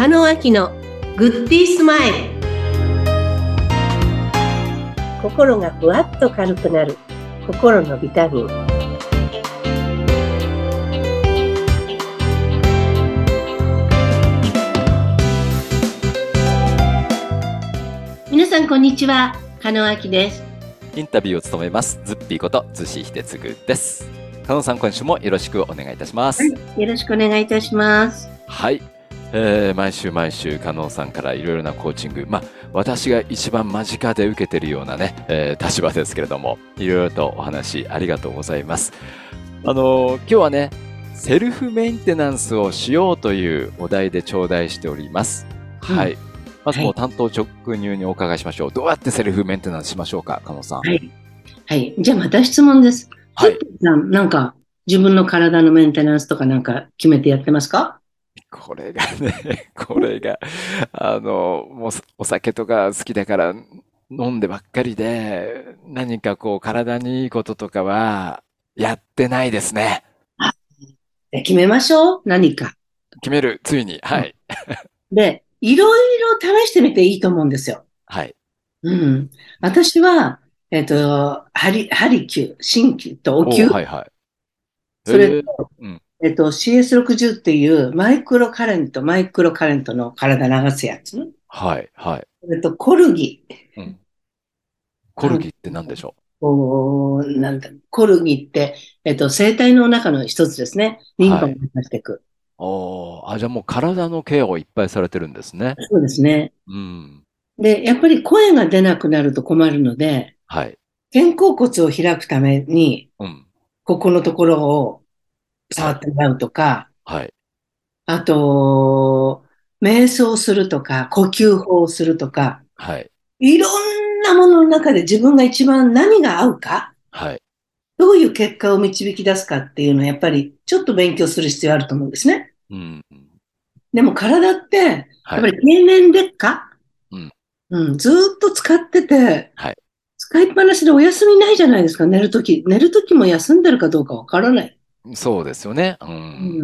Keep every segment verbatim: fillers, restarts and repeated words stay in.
加納明のグッディスマイル。心がふわっと軽くなる心のビタミン。皆さんこんにちは、加納明です。 インタビューを務めますズッピーこと津志秀次です。加納さん、今週もよろしくお願いいたします。 はい、よろしくお願いいたします。 はい、えー、毎週毎週加納さんからいろいろなコーチング、まあ私が一番間近で受けてるようなね、えー、立場ですけれども、いろいろとお話ありがとうございます。あのー、今日はね、セルフメンテナンスをしようというお題で頂戴しております。うん、はい。まずもう担当直入にお伺いしましょう。どうやってセルフメンテナンスしましょうか、加納さん。 はい。はい。じゃあまた質問です。はい。なんか自分の体のメンテナンスとかなんか決めてやってますか？ これがね、これが、あの、もうお酒とか好きだから飲んでばっかりで、何かこう体にいいこととかはやってないですね。 あ、決めましょう。何か。 決める、ついに。はい。 で、いろいろ試してみていいと思うんですよ。 はい。 うん。私は、えっと、ハリ、ハリキュー、鍼灸とお灸。 はいはい。 それと、 うん、 えっと、シーエスろくじゅう っていうマイクロカレント、マイクロカレントの体流すやつ。 はいはい。 それと、コルギ。 うん、コルギって何でしょうこう、なんだ、コルギって、えっと、生体の中の一つですね。 う？ リンパをはい。 出していく。 おー、あ、じゃあもう体のケアをいっぱいされてるんですね。 そうですね。 うん。 で、やっぱり声が出なくなると困るので、 はい。 肩甲骨を開くために、 うん。 ここのところをはい。 触ってもらうとか、 はい。 あと、瞑想するとか、呼吸法をするとか、 はい。 いろんなものの中で自分が一番何が合うか、 はい。 どういう結果を導き出すかっていうのはやっぱりちょっと勉強する必要あると思うんですね。 うん。 でも体って、やっぱはい。 り経年劣化、 うん。 うん、ずーっと使ってて、 はい。 使いっぱなしでお休みないじゃないですか、寝るとき。寝るときも休んでるかどうかわからない。 そうですよね。うん。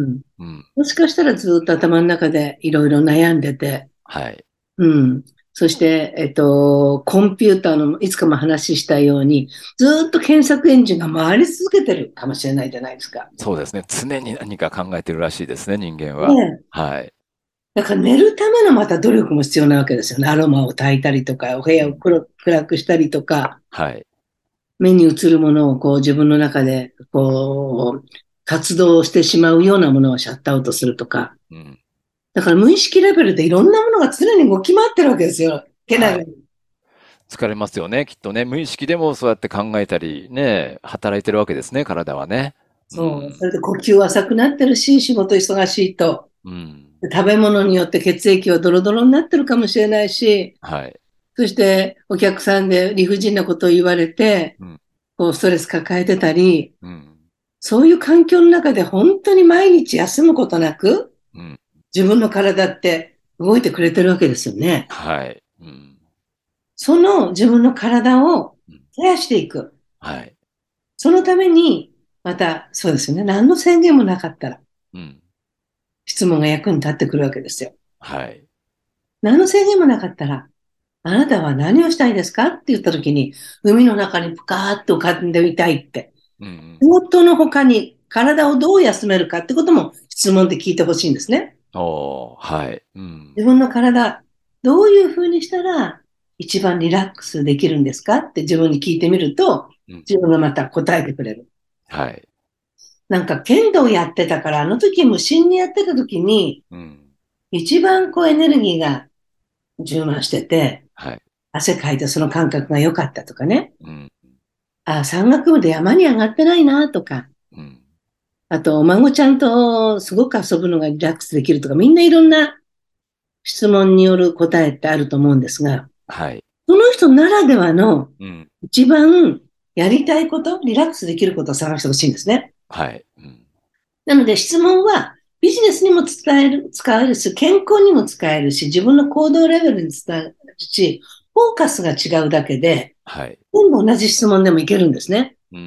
うん。 うん。 もしかしたらずっと頭の中でいろいろ悩んでて、 はい。 うん。そして、えっと、コンピューターのいつかも話したように、ずっと検索エンジンが回り続けてるかもしれないじゃないですか。 そうですね。常に何か考えてるらしいですね、人間は。 ねえ。 はい。 だから寝るためのまた努力も必要なわけですよね。アロマを焚いたりとか、お部屋をうん。 黒暗くしたりとか、 はい。 目に映るものをこう自分の中でこう活動してしまうようなものをシャットアウトするとか。 うん。 だから無意識レベルでいろんなものが常に動き回ってるわけですよ。けなはい。 げに。 疲れますよね、きっとね。無意識でもそうやって考えたり、ね、働いてるわけですね、体はね。うそう。そん。 れで呼吸は浅くなってるし、仕事忙しいと。 うん。 食べ物によって血液はドロドロになってるかもしれないし、 はい。 そしてお客さんで理不尽なことを言われて、 うん。 こうストレス抱えてたり、 うん。 そういう環境の中で本当に毎日休むことなく、 うん。 自分の体って動いてくれてるわけですよね。 はい。うん。 その自分の体をうん。 ケアしていく。 はい。 そのために、また、そうですよね。何の宣言もなかったら、 うん。 質問が役に立ってくるわけですよ。 はい。 何の制限もなかったら、あなたは何をしたいですかって言った時に、海の中にぷかーっと浮かんでいたいって。 うん。 仕事の他に体をどう休めるかってことも質問で聞いてほしいんですね。 おー、はい。うん。 自分の体、どういうふうにしたら一番リラックスできるんですかって自分に聞いてみると、 うん。 自分がまた答えてくれる。 はい。 なんか剣道やってたから、あの時無心にやってた時に、 うん。 一番こうエネルギーが充満してて、 はい。 汗かいてその感覚が良かったとかね。 うん。 あ、山岳部で山に上がってないなとか、 うん。 あと、お孫ちゃんとすごく遊ぶのがリラックスできるとか、みんないろんな質問による答えってあると思うんですが、 はい。 その人ならではのうん。 一番やりたいこと、リラックスできることを探してほしいんですね。 はい。うん。 なので質問はビジネスにも使える、使えるし、健康にも使えるし、自分の行動レベルに使えるし、フォーカスが違うだけで、 はい。 全部同じ質問でもいけるんですね。 うん。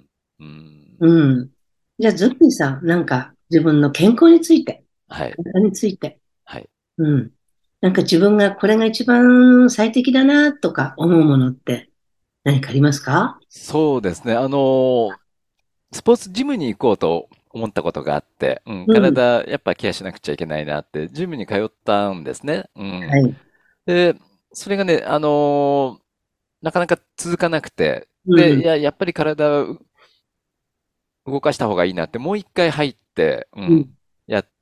うん。 うん。じゃあ、ズッピーさん、なんか自分の健康について、 はい。 体について、 はい。 うん。なんか自分がこれが一番最適だなとか思うものって何かありますか？ そうですね。あの、スポーツジムに行こうと思ったことがあって、うん、 うん。 体やっぱケアしなくちゃいけないなって、ジムに通ったんですね。うん。 はい。 で、それがね、あのーなかなか続かなくて、で、いうん。 や、やっぱり体を動かした方がいいなって、もう一回入って、ううん。 ん、やって、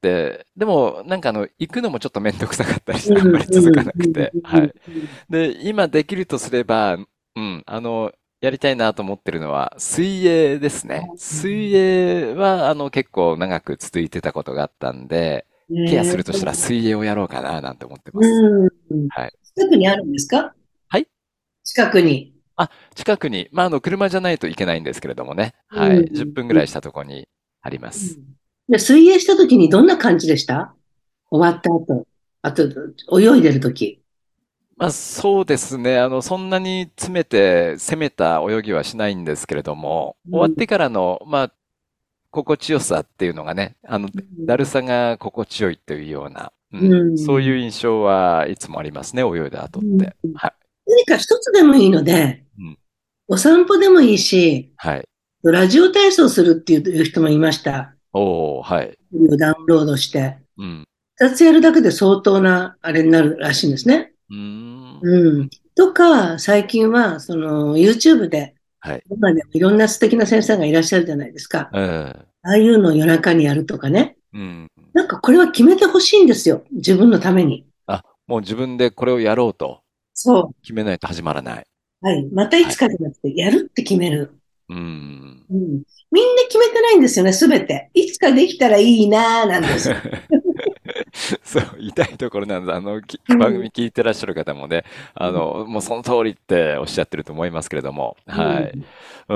でも、なんかあの、行くのもちょっとめんどくさかったりして、あんまうん。 り続かうん。うん。 なくて、 うん。 はい。で、今できるとすれば、うん、あの、やりたいなと思ってるのは、水泳ですね。水泳は、あの、結構長く続いてたことがあったんで、ケアするとしたらね水泳をやろうかななんて思ってえ。 ます。 うん。 はい。 近くにあるんですか？ はい。 近くに。 あ、近くに、まあ、あの、車じゃないといけないんですけれどもね。 うはい。10 ん。うん。 分ぐらいしたところにあります。 うん。で、水泳した時にどんな感じでした？終わった後。あと、泳いでる時。 まあ、そうですね。あの、そんなに詰めて攻めた泳ぎはしないんですけれども、 うん。 終わってからの、まあ、心地よさっていうのがね、あの、 うだるん。 さが心地よいというような、ううん、そういうん。 印象はいつもありますね、泳いだ後っうん。 て。はい。 何か一つでもいいので、 うん。 お散歩でもいいし、 はい。 ラジオ体操するっていう人もいました。 おー、はい。 ダウンロードして。 うん。 二つやるだけで相当なあれになるらしいんですね。 うーん。 うん。とか、最近は、その、YouTube で、 はい。 今でもいろんな素敵な先生がいらっしゃるじゃないですか。 うん。 ああいうのを夜中にやるとかね。 うん。 なんかこれは決めてほしいんですよ。自分のために。 あ、もう自分でこれをやろうとそ決めないと始まらない。 う。はい。またいはい。 つかじゃなくて、やるって決める。 うーん。 うん。みんな決めてないんですよね、すべて。いつかできたらいいなーなんです。 そう、痛いところなんです。あの、き番うん。 組聞いてらっしゃる方もね、あの、もうその通りっておっしゃってると思いますけれども、 うん。 はい。うん。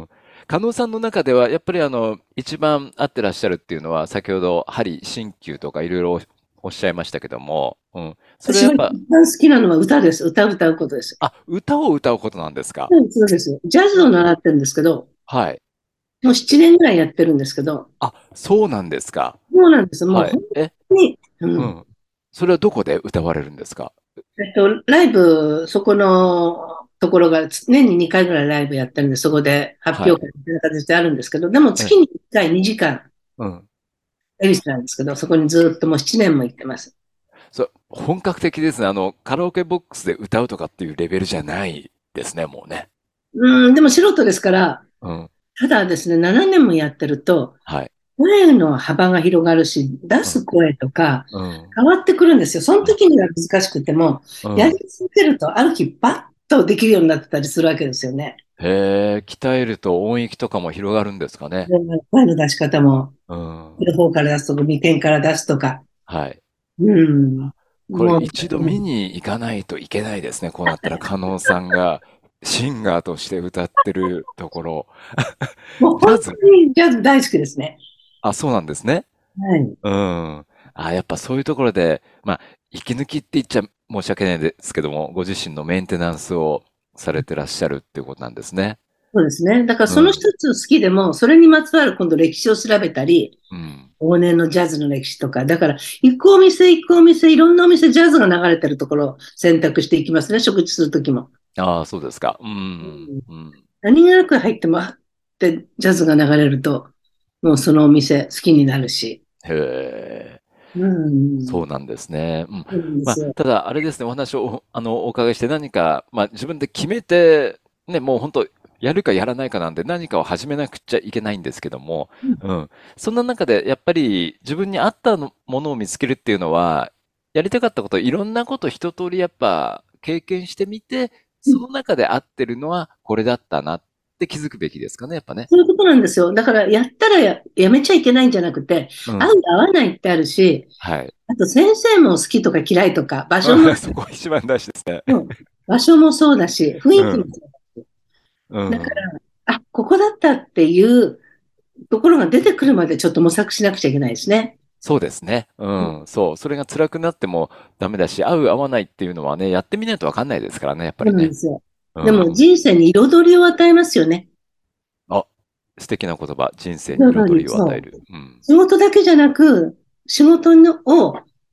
加納さんの中では、やっぱりあの、一番合ってらっしゃるっていうのは、先ほど、針、鍼灸とかいろいろおおっしゃいましたけども、うん。それ私が一やっぱ、 番好きなのは歌です。歌を歌うことです。 あ、歌を歌うことなんですか？ うん、そうです。ジャズを習ってるんですけど、 はい。 もうななねんぐらいやってるんですけど、 あ、そうなんですか。 そうなんです。もうはい。 本え、 当に、うん。 うん。それはどこで歌われるんですか？ えっと、ライブ、そこのところが年ににかいぐらいライブやってるんで、そこで発はい。 表会みたいな形であるんですけど、でもえ、 月にいっかいにじかん、 うん。 エリスなんですけど、そこにずっともうななねんも行ってます。 そう、本格的ですね。あの、カラオケボックスで歌うとかっていうレベルじゃないですね、もうね。 うん、でも素人ですから、 うん。 ただですね、ななねんもやってると、 はい。 声の幅が広がるし、出うん。 す声とかうん。 変わってくるんですよ。そのあ、 時には難しくても、やりうん。 続けると、ある日バッとできるようになってたりするわけですよね。 へえ、鍛えると音域とかも広がるんですかね。 で声の出し方も、 うん。 両方から出すとか、にてんから出すとか。 はい。 うん。 これもう、 一度見に行かないといけないですね。こうなったら、加納さんがシンガーとして歌ってるところ。 もう本ジャズ。 当にジャズ大好きですね。 あ、そうなんですね。 はい。 うん。あ、やっぱそういうところで、まあ、息抜きって言っちゃ申し訳ないですけども、ご自身のメンテナンスをされてらっしゃるっていうことなんですね。 そうですね。だからその一うん。 つ好きでも、それにまつわる今度歴史を調べたり、 うん。 往年のジャズの歴史とか、だから行くお店行くお店、いろんなお店、ジャズが流れてるところを選択していきますね、食事するときも。 ああ、そうですか。ううん。 ん。 うん。 何気なく入っても、あってジャズが流れると、もうそのお店好きになるし。 へえ。 うん。 そうなんですね。うん。 そうなんでまあ、 すよ。 ただ、あれですね、お話をお、あの、お伺いして何か、まあ、自分で決めて、ね、もう本当、やるかやらないかなんで何かを始めなくちゃいけないんですけども、 うん。 うん。そんな中で、やっぱり自分に合ったのものを見つけるっていうのは、やりたかったこと、いろんなこと一通りやっぱ経験してみて、その中で合ってるのはこれだったなって気づくべきですかね、やっぱね。 そういうことなんですよ。だから、やったらや、やめちゃいけないんじゃなくて、合ううん。 合わないってあるし、 はい。 あと先生も好きとか嫌いとか、場所も、 そこ一番大事ですね。 うん、場所もそうだし、雰囲気もうん。 そうだし。 うだかん。 ら、あ、ここだったっていうところが出てくるまでちょっと模索しなくちゃいけないですね。 そうですね。ううん。 ん。そう。それが辛くなってもダメだし、合う合わないっていうのはね、やってみないとわかんないですからね、やっぱそうりね。 なんですよ。でもうん。 人生に彩りを与えますよね。 あ、素敵な言葉。人生に彩り、 彩りを与えそう。 る。うん。 仕事だけじゃなく、仕事のを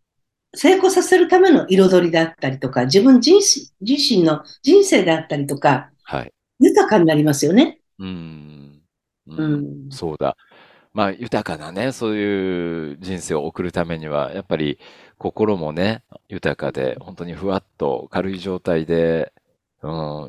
成功させるための彩りであったりとか、自分自身自身の人生であったりとか、 はい。 豊かになりますよね。 うん。ううん。 ん。 そうだ。まあ、豊かなね、そういう人生を送るためには、やっぱり心もね、豊かで、本当にふわっと軽い状態で、うん。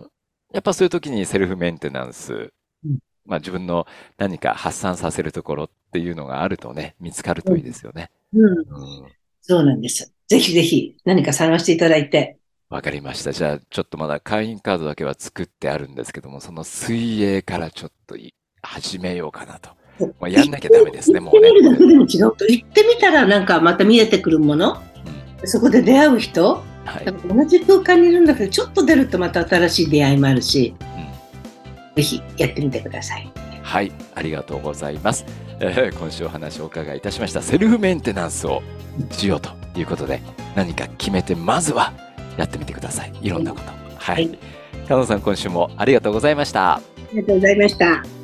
やっぱそういう時にセルフメンテナンス、まあ自分の何か発散させるところっていうのがあるとね、見つかるといいですよね。 うん。 うん。 そうなんです。ぜひぜひ何か探していただいて。 わかりました。じゃあ、ちょっとまだ会員カードだけは作ってあるんですけども、その水泳からちょっとい始めようかなと。まあ、や行ってんなきゃダメですね、 行ってもうね、これ。 みるだけでも違うと、行ってみたらなんかまた見えてくるもの、 うん。 そこで出会う人、 はい。 だから同じ空間にいるんだけど、ちょっと出るとまた新しい出会いもあるし、 うん。 ぜひやってみてください。 はい、ありがとうございます。えー今週お話をお伺いいたしました。セルフメンテナンスをしようということで、何か決めて、まずはやってみてください。いろんなこと。はい。 はい、 加納さん、今週もありがとうございました。 ありがとうございました。